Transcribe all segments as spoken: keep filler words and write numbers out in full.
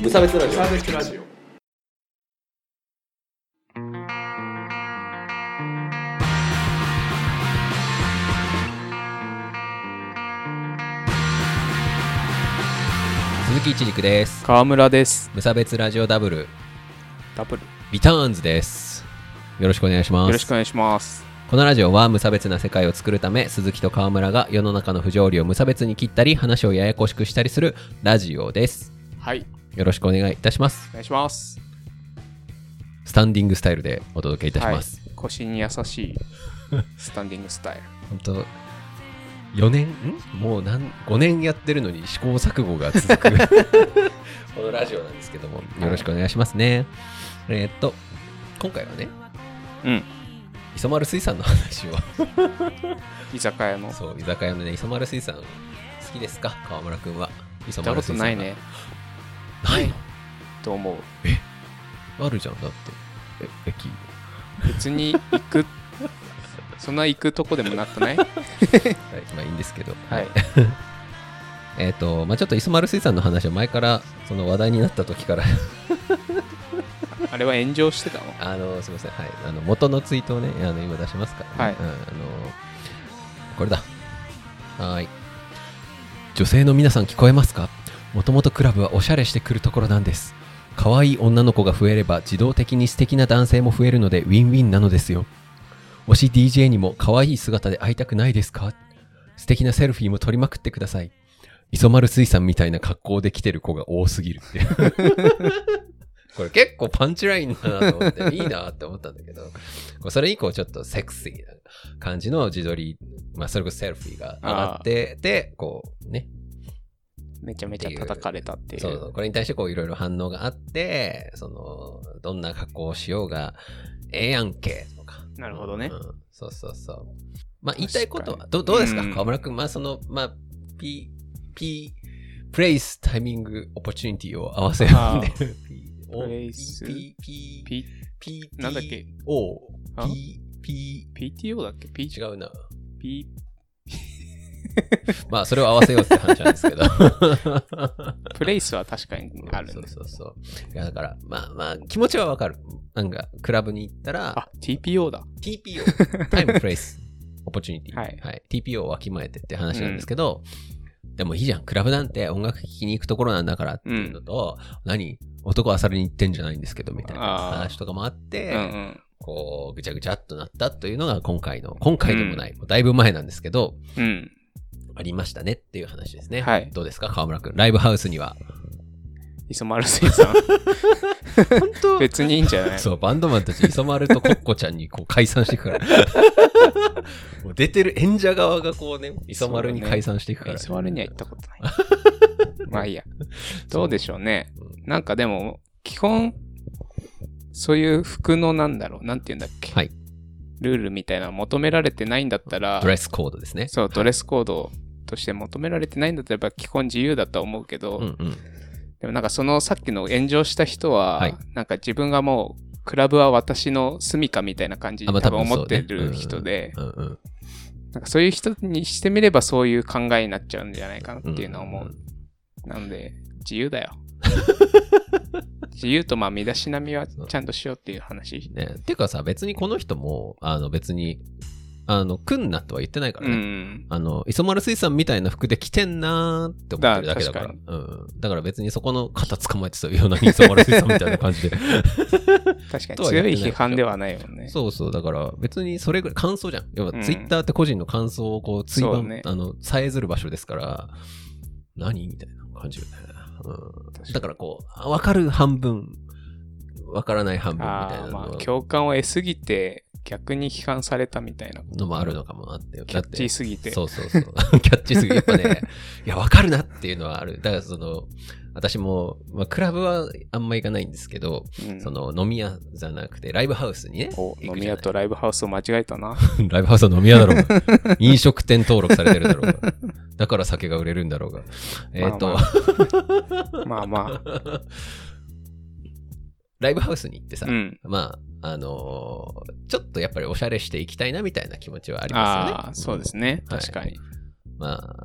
無差別ラジオ。 無差別ラジオ。 鈴木一陸です。 川村です。 無差別ラジオダブルダブルリターンズです。よろしくお願いします。 よろしくお願いします。 このラジオは無差別な世界を作るため、鈴木と川村が世の中の不条理を無差別に切ったり、話をややこしくしたりするラジオです。 はい、 よろしくお願いいたします。 お願いします。 スタンディングスタイルでお届けいたします。 はい、腰に優しいスタンディングスタイル。 本当よねんんもう何ごねんやってるのに試行錯誤が続くこのラジオなんですけども、よろしくお願いしますね。はい、えー、っと今回はね、 うん磯丸水産の話を居酒屋のそう居酒屋のね、磯丸水産好きですか、川村くんは。磯丸水産行ったことないね。 ないのと思う。 えあるじゃん、だってえ駅別に行くそんな行くとこでもなくないはい、 まあいいんですけど、 はい、 えっとまあちょっと磯丸水産の話は前からその話題になった時からあれは炎上してたの？ あのすみません、はい、あの元のツイートをね、あの今出しますから、ね、 はい、 うん、あのこれだ。はい、女性の皆さん聞こえますか？もともとクラブはおしゃれしてくるところなんです。可愛い女の子が増えれば自動的に素敵な男性も増えるのでウィンウィンなのですよ。推し ディージェー にも可愛い姿で会いたくないですか？素敵なセルフィーも撮りまくってください。磯丸水産みたいな格好で来てる子が多すぎるってこれ結構パンチラインだなと思っていいなって思ったんだけど、それ以降ちょっとセクシーな感じの自撮り、まあそれこそセルフィーが上がってで、こうね、 めちゃめちゃ叩かれたっていう。 そうそう、これに対してこういろいろ反応があって、そのどんな格好をしようがええやんけとか。 なるほどね、 うん、そうそうそう。まあ言いたいことはど, どうですか、うん、川村くん。まあそのまあ P P プレイスタイミングオポチュニティを合わせるんでプレイス P P P P なんだっけ O P P PTO だっけ P 違うな P まあそれを合わせようって話なんですけどプレイスは確かにある、ね、 そうそうそう。いやだからまあまあ気持ちはわかる。なんかクラブに行ったらあ ティーピーオー だティーピーオー タイムプレイスオポチュニティ、 はいはい、ティーピーオー をわきまえてって話なんですけど、うん、でもいいじゃん、クラブなんて音楽聴きに行くところなんだからっていうのと、うん、何男あさりに行ってんじゃないんですけどみたいな話とかもあって、うんうん、こうぐちゃぐちゃっとなったというのが今回の今回でもない、うん、だいぶ前なんですけど、うん、ありましたねっていう話ですね。はい、どうですか川村くん、ライブハウスには磯丸水産本当別にいいんじゃない？ そう、バンドマンたち磯丸とコッコちゃんにこう解散していくからもう出てる演者側がこうね、磯丸に解散していくから、ね、 磯丸には行ったことないまあいいや、どうでしょうね。なんかでも基本そういう服のなんだろう、なんていうんだっけ、はい、ルールみたいなの求められてないんだったら、 ドレスコードですね。 そう、ドレスコードとして求められてないんだったら基本自由だと思うけど、うんうん、でもなんかそのさっきの炎上した人は、はい、なんか自分がもうクラブは私の住処みたいな感じに多分思ってる人で、なんかそういう人にしてみればそういう考えになっちゃうんじゃないかなっていうのは思う。うんうん、なので自由だよ自由とまあ身だしなみはちゃんとしようっていう話。 ね、っていうかさ、別にこの人もあの別にあの来んなとは言ってないからね。うん、あの磯丸水産みたいな服で着てんなーって思ってるだけだから。だ か, うん、だから別にそこの肩捕まえてたような磯丸水産みたいな感じで確かに強い批判ではないもんね。 そうそう、だから別にそれぐらい感想じゃん。要はツイッターって個人の感想をこう追番、ね、あの遮る場所ですから何みたいな感じよね。うん、だからこう分かる半分分からない半分みたいなのは、 まあ、共感を得すぎて逆に批判されたみたいなのもあるのかもなって。 キャッチーすぎて。 そうそうそうキャッチーすぎてやっぱねいや分かるなっていうのはある。だからその私も、まあ、クラブはあんま行かないんですけど、うん、その飲み屋じゃなくてライブハウスにね、 お飲み屋とライブハウスを間違えたなライブハウスは飲み屋だろうが飲食店登録されてるだろうがだから酒が売れるんだろうがえっ、ー、とまあまあライブハウスに行ってさ、 うん、 まああのー、ちょっとやっぱりおしゃれしていきたいなみたいな気持ちはありますよね。 ああ、そうですね、うん、確かに、 はい、まあ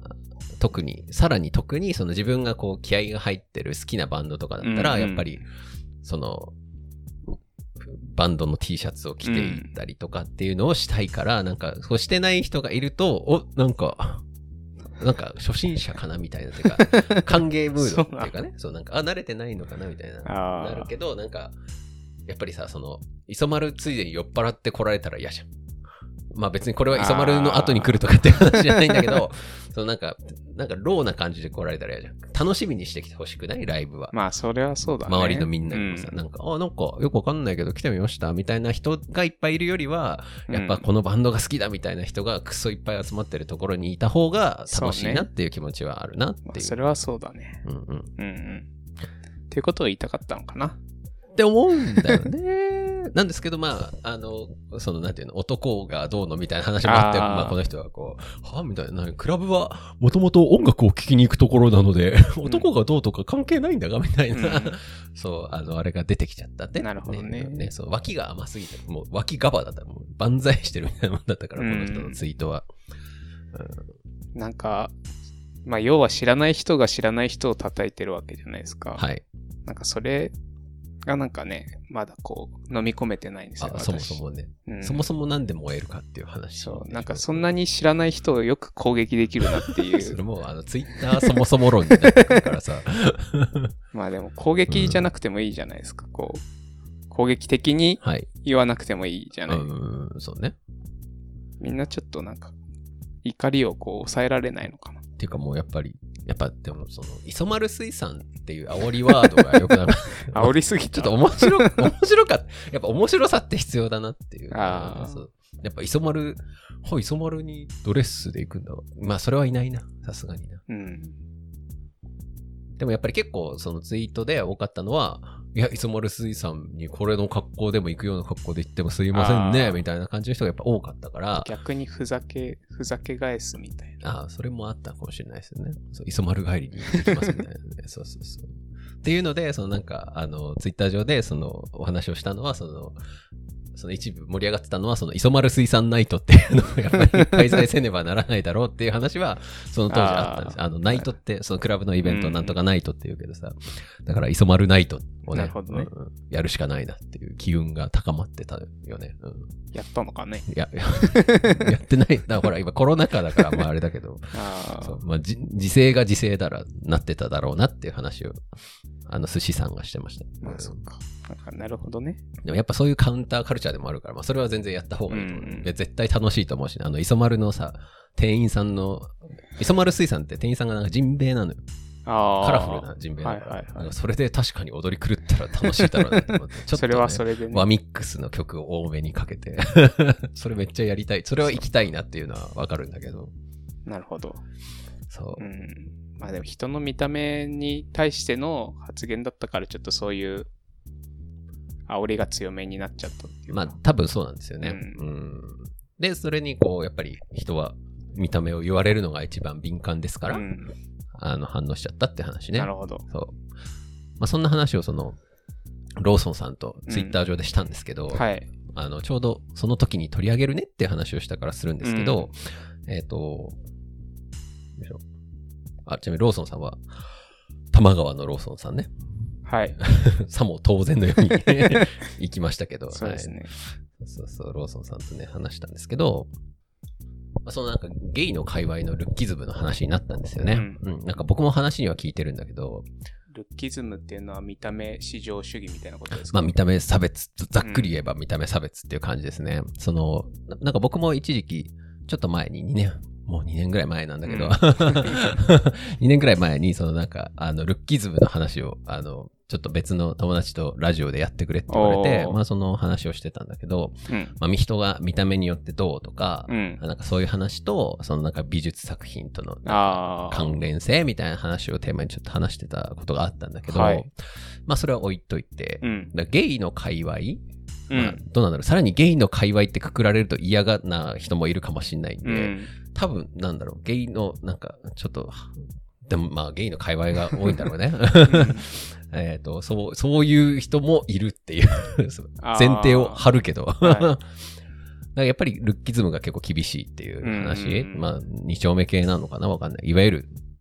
特にさらに特にその自分がこう気合が入ってる好きなバンドとかだったら、うんうん、やっぱりそのバンドの T シャツを着ていったりとかっていうのをしたいから、うん、なんかそうしてない人がいると、おなんかなんか初心者かなみたいなてか歓迎ムードっていうかね、そうなんかあ慣れてないのかなみたいななるけど、なんかやっぱりさ、その磯丸ついでに酔っ払って来られたら嫌じゃん。まあ別にこれは磯丸の後に来るとかっていう話じゃないんだけど、そのなんか、なんかローな感じで来られたら嫌じゃん。楽しみにしてきてほしくない？ライブは。 まあそれはそうだね。 周りのみんなにもさ、うん、なんか、あ、なんかよくわかんないけど来てみましたみたいな人がいっぱいいるよりは、やっぱこのバンドが好きだみたたいな人がクソいっぱい集まってるところにいた方が楽しいなっていう気持ちはあるなっていう。 そ,、ねまあ、それはそうだね。うんうん。うんうん。っていうことを言いたかったのかなって思うんだよね。なんですけど、まあ、あの、その、なんていうの、男がどうのみたいな話もあって、あまあ、この人はこう、はみたいな、クラブはもともと音楽を聴きに行くところなので、うん、男がどうとか関係ないんだが、みたいな、うん、そう、あの、あれが出てきちゃったって。 なるほどね。ね, ねそう、脇が甘すぎて、もう脇ガバだったら、もう万歳してるみたいなもんだったから、この人のツイートは。 うん、なんか、まあ、要は知らない人が知らない人を叩いてるわけじゃないですか。 はい。 なんかそれ、がなんかね、まだこう飲み込めてないんですよ。 あ、そもそもね、うん、そもそもなんで燃えるかっていう話。 そう、なんかそんなに知らない人をよく攻撃できるなっていう。 それもあのツイッターそもそも論になってくるからさ。 まあでも攻撃じゃなくてもいいじゃないですか。うん、こう攻撃的に言わなくてもいいじゃない。はい、 うん、そうね。 みんなちょっとなんか怒りをこう抑えられないのかな。 っていうかもうやっぱり。やっぱでもその磯丸水産っていう煽りワードがよくなる煽りすぎちょっと面白面白かったやっぱ面白さって必要だなっていうあそうやっぱ磯丸はい磯丸にドレスで行くんだまあそれはいないなさすがにな、うん、でもやっぱり結構そのツイートで多かったのはいや磯丸水産にこれの格好でも行くような格好で行ってもすいませんねみたいな感じの人がやっぱ多かったから逆にふざけふざけ返すみたいなああそれもあったかもしれないですよねそう磯丸帰りに行きますみたいなねそうそうそうっていうのでそのなんかあのツイッター上でそのお話をしたのはそのその一部盛り上がってたのはその磯丸水産ナイトっていうのをやっぱり開催せねばならないだろうっていう話はその当時あったんです。あ, あのナイトってそのクラブのイベントなんとかナイトっていうけどさ、うん、だから磯丸ナイトを ね, ね、うん、やるしかないなっていう機運が高まってたよね。うん、 やったのかね。 いややってない。だからほら今コロナ禍だからまああれだけど、あそうまあじ時勢が時勢だらなってただろうなっていう話をあの寿司さんがしてました。 まあそっか。なるほどね。 でもやっぱそういうカウンターカルチャーでもあるから、まあそれは全然やった方がいいと思う。うんうん、絶対楽しいと思うし、ね、あの磯丸のさ、店員さんの、磯丸水産って店員さんがなんかジンベエなのよ。あカラフルなジンベエだから、はいはいはい、それで確かに踊り狂ったら楽しいだろうなと思って。ちょっと、ね、 それはそれでね。 ワミックスの曲を多めにかけて、それめっちゃやりたい。それは行きたいなっていうのはわかるんだけど。 なるほど。 そう。 うんまあでも人の見た目に対しての発言だったからちょっとそういう煽りが強めになっちゃったっていうまあ多分そうなんですよね、うんうん、でそれにこうやっぱり人は見た目を言われるのが一番敏感ですから、うん、あの反応しちゃったって話ね。 なるほど。 そう、まあ、そんな話をそのローソンさんとツイッター上でしたんですけど、うんはい、あのちょうどその時に取り上げるねっていう話をしたからするんですけど、うん、えっ、ー、とよいしょあちなみにローソンさんは多摩川のローソンさんね。 はい。 さも当然のように行きましたけど。 そうですね、 はい。そうそう、ローソンさんとね、話したんですけど、そのなんかゲイの界隈のルッキズムの話になったんですよね。うん。うん、なんか僕も話には聞いてるんだけど、 ルッキズムっていうのは見た目至上主義みたいなことですか？ まあ見た目差別、ざっくり言えば見た目差別っていう感じですね。うん、その、なんか僕も一時期、ちょっと前ににねん、もうにねんぐらい前なんだけど、うん、にねんぐらい前にそのなんかあのルッキズムの話をあのちょっと別の友達とラジオでやってくれって言われて、まあその話をしてたんだけど、うん、まあ人が見た目によってどうとか、うん、なんかそういう話とそのなんか美術作品との関連性みたいな話をテーマにちょっと話してたことがあったんだけど、はい、まあそれは置いといて、うん、だゲイの界隈まあ、どうなんだろうさらにゲイの界隈ってくくられると嫌がな人もいるかもしれないんで、うん、多分なんだろうゲイのなんかちょっとでもまあゲイの界隈が多いんだろうね、うん、えっとそうそういう人もいるっていう前提を張るけど、はい、だからやっぱりルッキズムが結構厳しいっていう話、うん、まあ二丁目系なのかなわかんないいわゆる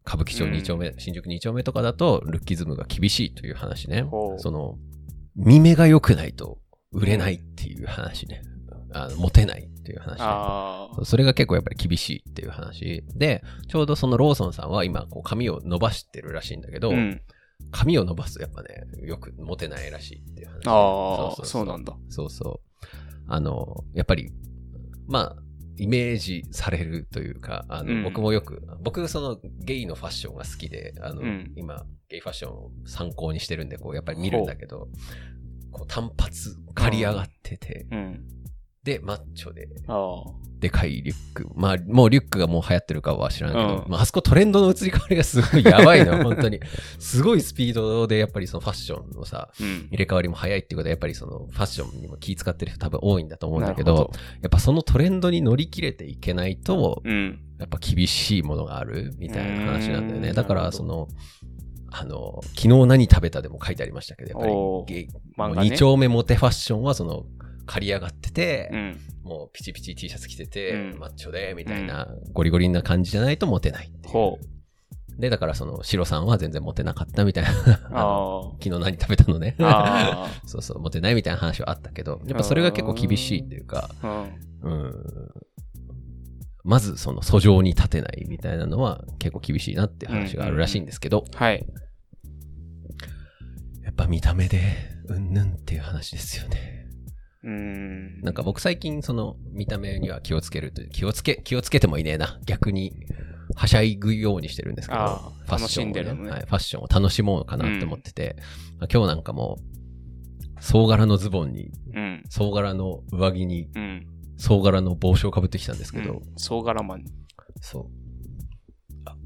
歌舞伎町に丁目、うん、新宿に丁目とかだとルッキズムが厳しいという話ね。その見目が良くないと売れないっていう話ね。あのモテないっていう話、ね、あそれが結構やっぱり厳しいっていう話で、ちょうどそのローソンさんは今こう髪を伸ばしてるらしいんだけど、うん、髪を伸ばすとやっぱねよくモテないらしいっていう話。 ああ、そうそうそうなんだ。 そうそう。あのやっぱりまあイメージされるというか、あの、うん、僕もよく僕そのゲイのファッションが好きで、あの、うん、今ゲイファッションを参考にしてるんでこうやっぱり見るんだけど、こう単発刈り上がってて。うんうんで、マッチョで、でかいリュック。まあ、もうリュックがもう流行ってるかは知らんけど、うん、まあ、あそこトレンドの移り変わりがすごいやばいの、本当に。すごいスピードで、やっぱりそのファッションのさ、うん、入れ替わりも早いっていうことで、やっぱりそのファッションにも気使ってる人多分多いんだと思うんだけど、どやっぱそのトレンドに乗り切れていけないと、うん、やっぱ厳しいものがあるみたいな話なんだよね。だから、その、あの、昨日何食べたでも書いてありましたけど、やっぱりゲイ、漫画ね、に丁目モテファッションはその、刈り上がってて、うん、もうピチピチ T シャツ着てて、うん、マッチョでみたいな、うん、ゴリゴリな感じじゃないとモテないっていう。ほうでだからそのシロさんは全然モテなかったみたいなあ昨日何食べたのねそうそうモテないみたいな話はあったけど、やっぱそれが結構厳しいっていうか、うん、まずその訴状に立てないみたいなのは結構厳しいなって話があるらしいんですけど、うんうんうん、はいやっぱ見た目でうんぬんっていう話ですよね。うーんなんか僕最近その見た目には気をつけると気をつけ気をつけてもいねえな逆にはしゃいぐようにしてるんですけど、ファッションを、ねねはい、ファッションを楽しもうかなって思ってて、うん、今日なんかも総柄のズボンに、うん、総柄の上着に、うん、総柄の帽子をかぶってきたんですけど、うん、 総柄マンそう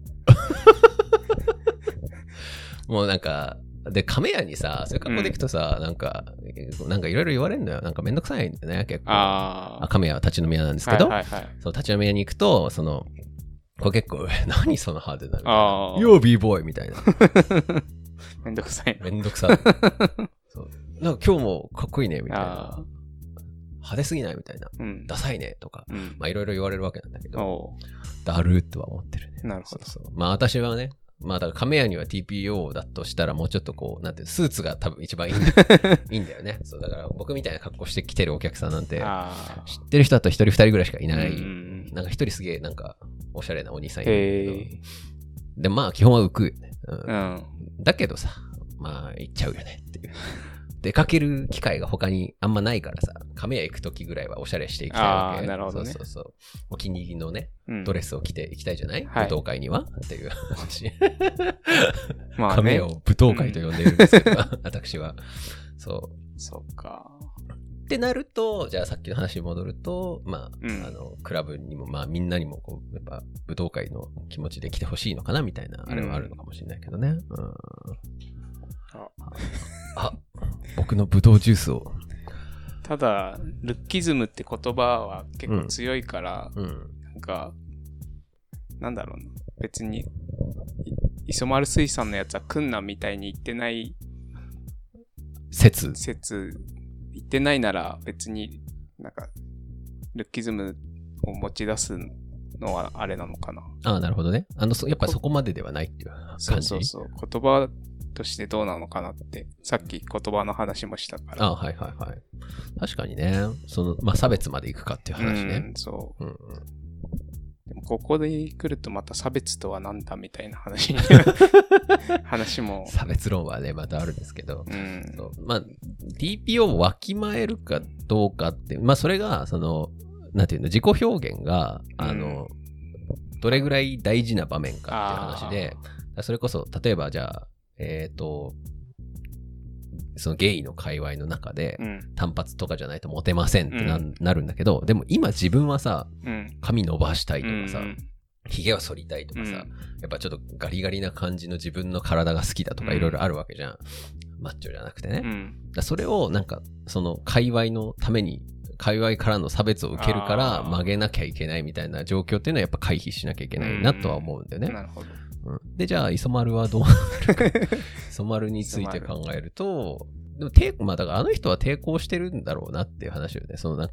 もうなんかで、亀屋にさ、そういう格好で行くとさ、うん、なんか、なんかいろいろ言われるんだよ。なんかめんどくさいんだよね、結構。ああ。亀屋は立ち飲み屋なんですけど、はいはいはい、その立ち飲み屋に行くと、その、これ結構、何その派手なの ?Yo, B-boy! みたいな。 めんどくさいな。めんどくさい。そうなんか今日もかっこいいね、みたいな。派手すぎないみたいな。うん、ダサいね、とか。うん、まあいろいろ言われるわけなんだけど、だるーとは思ってるね。 なるほど。 そうそうまあ私はね、まあだから亀屋には ティーピーオー だとしたらもうちょっとこうなんてスーツが多分一番いいんだいいんだよね。そうだから僕みたいな格好してきてるお客さんなんて知ってる人だと一人二人ぐらいしかいない。なんか一人すげえなんかおしゃれなお兄さんいるけど、でまあ基本は浮くよね。うんうん、だけどさまあ行っちゃうよねっていう。出かける機会が他にあんまないからさ、亀屋行くときぐらいはおしゃれしていきたいわけ。 あなるほどね。 そうそうそう。お気に入りのね、うん、ドレスを着ていきたいじゃない、はい、舞踏会にはっていう話。まあね、亀屋を舞踏会と呼んでいるんですけど、うん、私は。そう。 そうか。 ってなると、じゃあさっきの話に戻ると、まあ、うん、あの、クラブにも、まあみんなにもこう、やっぱ舞踏会の気持ちで来てほしいのかなみたいな、あれはあるのかもしれないけどね。うん。うんああ僕のブドウジュースをただルッキズムって言葉は結構強いから、うんうん、なんかなんだろうな別に磯丸水産のやつは来んなみたいに言ってない説説言ってないなら別になんかルッキズムを持ち出すのはあれなのかな。 ああなるほどね。あのやっぱりそこまでではないっていう感じ。 そうそうそう言葉としてどうなのかなってさっき言葉の話もしたから。 あはいはいはい。確かにね。そのまあ差別までいくかっていう話ね。 うんそう。うんうん、でもここで来るとまた差別とはなんだみたいな話に話も差別論はねまたあるんですけど、うん、そうまあ ティーピーオー をわきまえるかどうかってまあそれがそのなんていうの自己表現があの、うん、どれぐらい大事な場面かっていう話で、それこそ例えばじゃあえっと、そのゲイの界隈の中で、うん、単発とかじゃないとモテませんって な,、うん、なるんだけど、でも今自分はさ、うん、髪伸ばしたいとかさ、ひげ、うん、は剃りたいとかさ、うん、やっぱちょっとガリガリな感じの自分の体が好きだとかいろいろあるわけじゃん。マッチョじゃなくてね。うん、だそれをなんか、その界隈のために、界隈からの差別を受けるから曲げなきゃいけないみたいな状況っていうのはやっぱ回避しなきゃいけないなとは思うんだよね。 なるほど。 うん、でじゃあ磯丸はどうなるか磯丸について考えるとでも抵まあだからあの人は抵抗してるんだろうなっていう話よね。そのなんか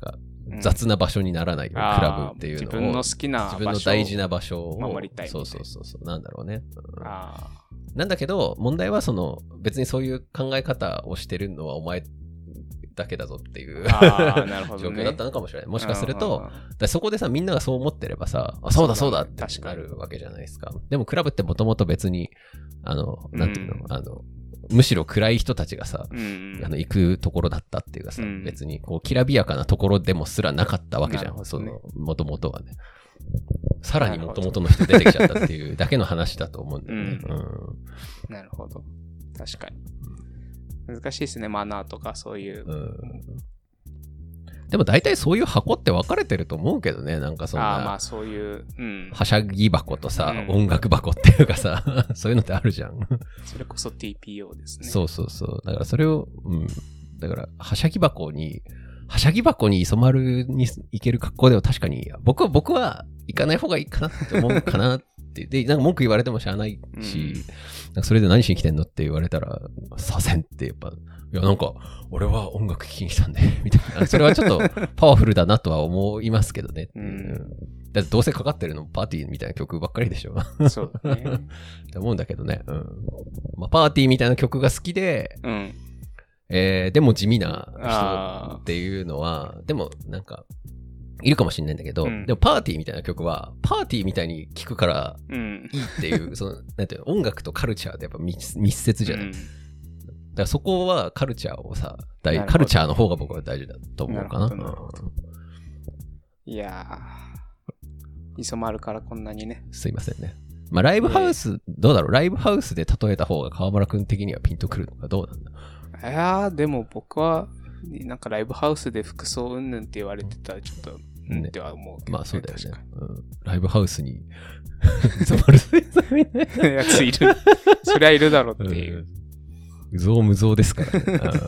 雑な場所にならないよ、うん、クラブっていうのを。 自分の好きな場所を。 自分の大事な場所を。 守りたい。 そうそうそうそう。なんだろうね。うん、 あなんだけど、問題はその、別にそういう考え方をしてるのはお前だけだぞっていうあなるほど、ね、 状況だったのかもしれない。もしかすると、だそこでさ、みんながそう思ってればさ、あそうだそうだってなるわけじゃないですか。でもクラブってもともと別に、あの、なんていうの、うん、あの、むしろ暗い人たちがさ、うん、あの行くところだったっていうかさ、うん、別にこうきらびやかなところでもすらなかったわけじゃん、ね、そのもともとはね。さらにもともとの人出てきちゃったっていうだけの話だと思うんだよね。うんうん、なるほど。確かに。難しいですね、マナーとかそういう。うん、 でも大体そういう箱って分かれてると思うけどね、なんかそんな。 ああ、まあそういう、うん。 はしゃぎ箱とさ、うん、音楽箱っていうかさ、そういうのってあるじゃん。 それこそ ティーピーオー ですね。 そうそうそう。だからそれを、うん。だから、はしゃぎ箱に、はしゃぎ箱に染まるに行ける格好では確かに、僕は、僕は行かない方がいいかなって思うかなって。で、なんか文句言われてもしゃあないし、うん、なんかそれで何しに来てんのって言われたら、させんってやっぱ、いやなんか、俺は音楽聴きに来たんで、みたいな。それはちょっとパワフルだなとは思いますけどね。うん、だってどうせかかってるのパーティーみたいな曲ばっかりでしょ。 そうだね。 って思うんだけどね。うん。まあ、パーティーみたいな曲が好きで、うんえー、でも地味な人っていうのは、でもなんか、いるかもしれないんだけど、うん、でもパーティーみたいな曲は、パーティーみたいに聴くからいいっていう、うん、その、なんていうの、音楽とカルチャーってやっぱ 密, 密接じゃない、うん、だからそこはカルチャーをさ、大カルチャーの方が僕は大事だと思うかな。なないやー、磯丸からこんなにね。 すいませんね。まあライブハウス、どうだろう、ライブハウスで例えた方が川村くん的にはピンとくるのかどうなんだ。 いやー、でも僕は、なんかライブハウスで服装うんぬんって言われてたらちょっと、うんっては思うけど、ね。 まあそうだよね。うん、ライブハウスに染まるやついる。そりゃいるだろうっていう。 うぞうむぞうですからね。だ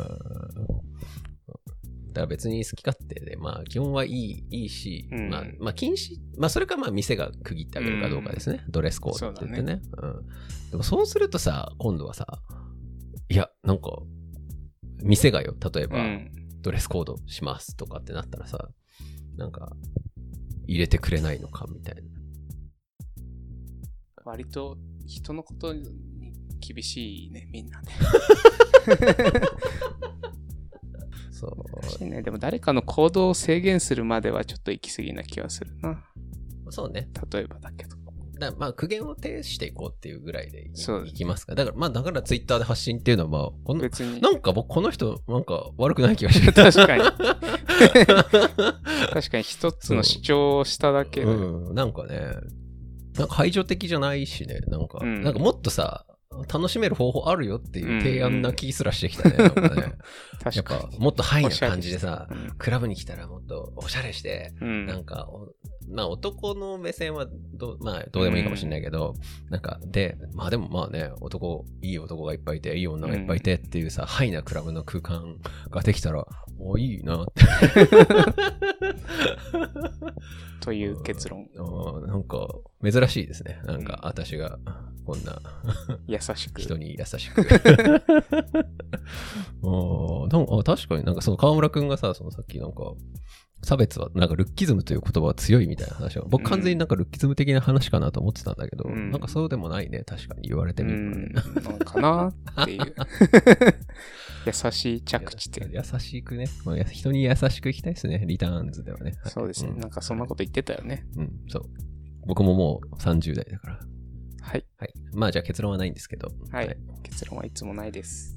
から別に好き勝手で、まあ基本はいい、いいし、うん、まあ、まあ禁止、まあそれかまあ店が区切ってあげるかどうかですね。うん、ドレスコードって言ってね。うねうん、でもそうするとさ、今度はさ、いや、なんか、店がよ、例えば、うん、ドレスコードしますとかってなったらさ、なんか、入れてくれないのかみたいな。 割と人のことに厳しいね、みんなね。そう。ね、でも誰かの行動を制限するまではちょっと行き過ぎな気はするな。 そうね。 例えばだけど。 だまあ苦言を呈していこうっていうぐらいでいきますか。だからまあだからツイッターで発信っていうのはまあこの別になんか僕この人なんか悪くない気がしてる。 確かに確かに一つの主張をしただけで、 うん、なんかねなんか排除的じゃないしねなんか、うん、なんかもっとさ楽しめる方法あるよっていう提案な気すらしてきたね。うんうん、なんかねやっぱもっとハイな感じでさ、うん、クラブに来たらもっとおしゃれして、うん、なんかまあ男の目線はどまあどうでもいいかもしれないけど、うん、なんかでまあでもまあね男いい男がいっぱいいていい女がいっぱいいてっていうさ、うん、ハイなクラブの空間ができたらおいいなってという結論。 あなんか珍しいですね。なんか私がこんな優しく人に優しくあなんか確かになんかその川村くんがさそのさっきなんか差別はなんかルッキズムという言葉は強いみたいな話は僕完全になんかルッキズム的な話かなと思ってたんだけど、うん、なんかそうでもないね確かに言われてみるとね、 うん、なんかなっていう優しい着地点優しくね、まあ、人に優しくいきたいですねリターンズではね、 はい、そうですね、うん、なんかそんなこと言ってたよね。 うんそう僕ももうさんじゅう代だからはい、 はい、まあじゃあ結論はないんですけど、 はいはい、結論はいつもないです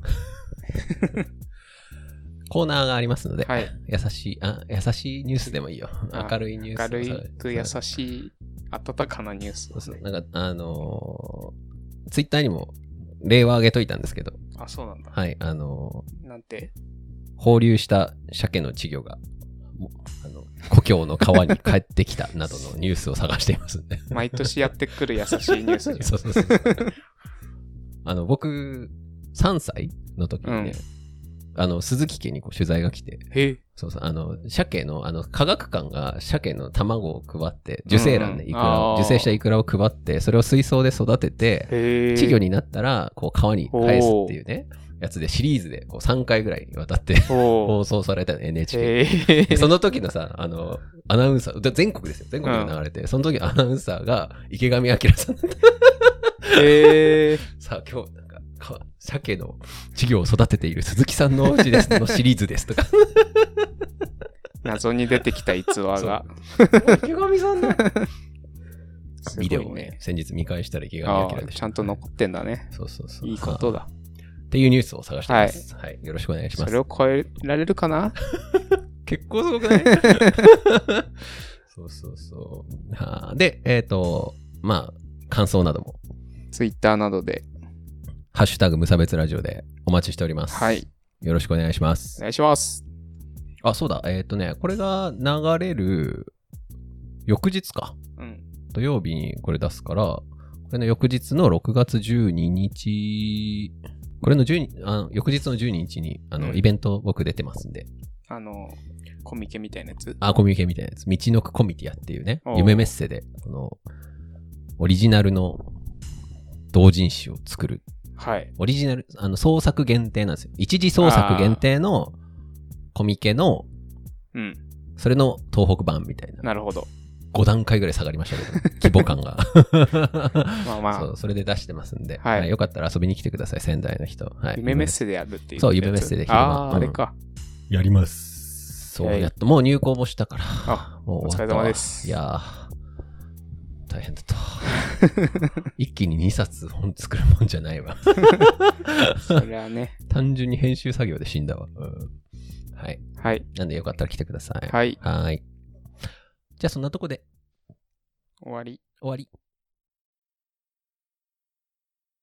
コーナーがありますので、 はい、 優しいあ優しいニュースでもいいよ明るいニュース明るく優しい温かなニュース、ね、 そうそうなんかあのー、ツイッターにも例は挙げといたんですけどあそうなんだはいあのー、なんて放流した鮭の稚魚があの故郷の川に帰ってきたなどのニュースを探していますんで毎年やってくる優しいニュースじゃんそうそうそうあの僕さんさいの時にね、うん、あの鈴木家にこう取材が来てへそうそうあの鮭のあの科学館が鮭の卵を配って受精卵でイクラ、うん、受精したイクラを配ってそれを水槽で育てて稚魚になったらこう川に返すっていうねやつでシリーズでこうさんかいぐらいにわたって放送されたの エヌエイチケー、えー、その時のさあのアナウンサー全国ですよ全国で流れて、うん、その時のアナウンサーが池上彰さんだったへーさあ今日なんか鮭の稚魚を育てている鈴木さんのお家ですのシリーズですとか謎に出てきた逸話が池上さんだビデオをね先日見返したら池上彰でした、 ちゃんと残ってんだね。 そうそうそういいことだっていうニュースを探してます、はい、はい、よろしくお願いします。 それを超えられるかな結構すごくないそうそうそうはあでえっ、ー、とまあ感想などもツイッターなどでハッシュタグ無差別ラジオでお待ちしております。はいよろしくお願いします。 お願いします。 あそうだえっ、ー、とねこれが流れる翌日か、うん、土曜日にこれ出すからこれの翌日のろくがつじゅうににちこれのじゅうにあの翌日のじゅうににちにあの、うん、イベント僕出てますんであのコミケみたいなやつあコミケみたいなやつ道のくコミティアっていうね夢メッセでこのオリジナルの同人誌を作るはいオリジナルあの創作限定なんですよ一次創作限定のコミケのうんそれの東北版みたいななるほどご段階ぐらい下がりましたけど規模感がまあまあそうそれで出してますんで、はいはい、よかったら遊びに来てください仙台の人、はい、 夢メッセでやるっていうそう夢メッセでああ、うん、あれかやりますそう、はい、やっともう入校もしたからあもうお疲れ様ですいや大変だった一気ににさつ本作るもんじゃないわそれはね単純に編集作業で死んだわ、うん、はいはいなんでよかったら来てくださいはいはいじゃあそんなとこで終わり終わり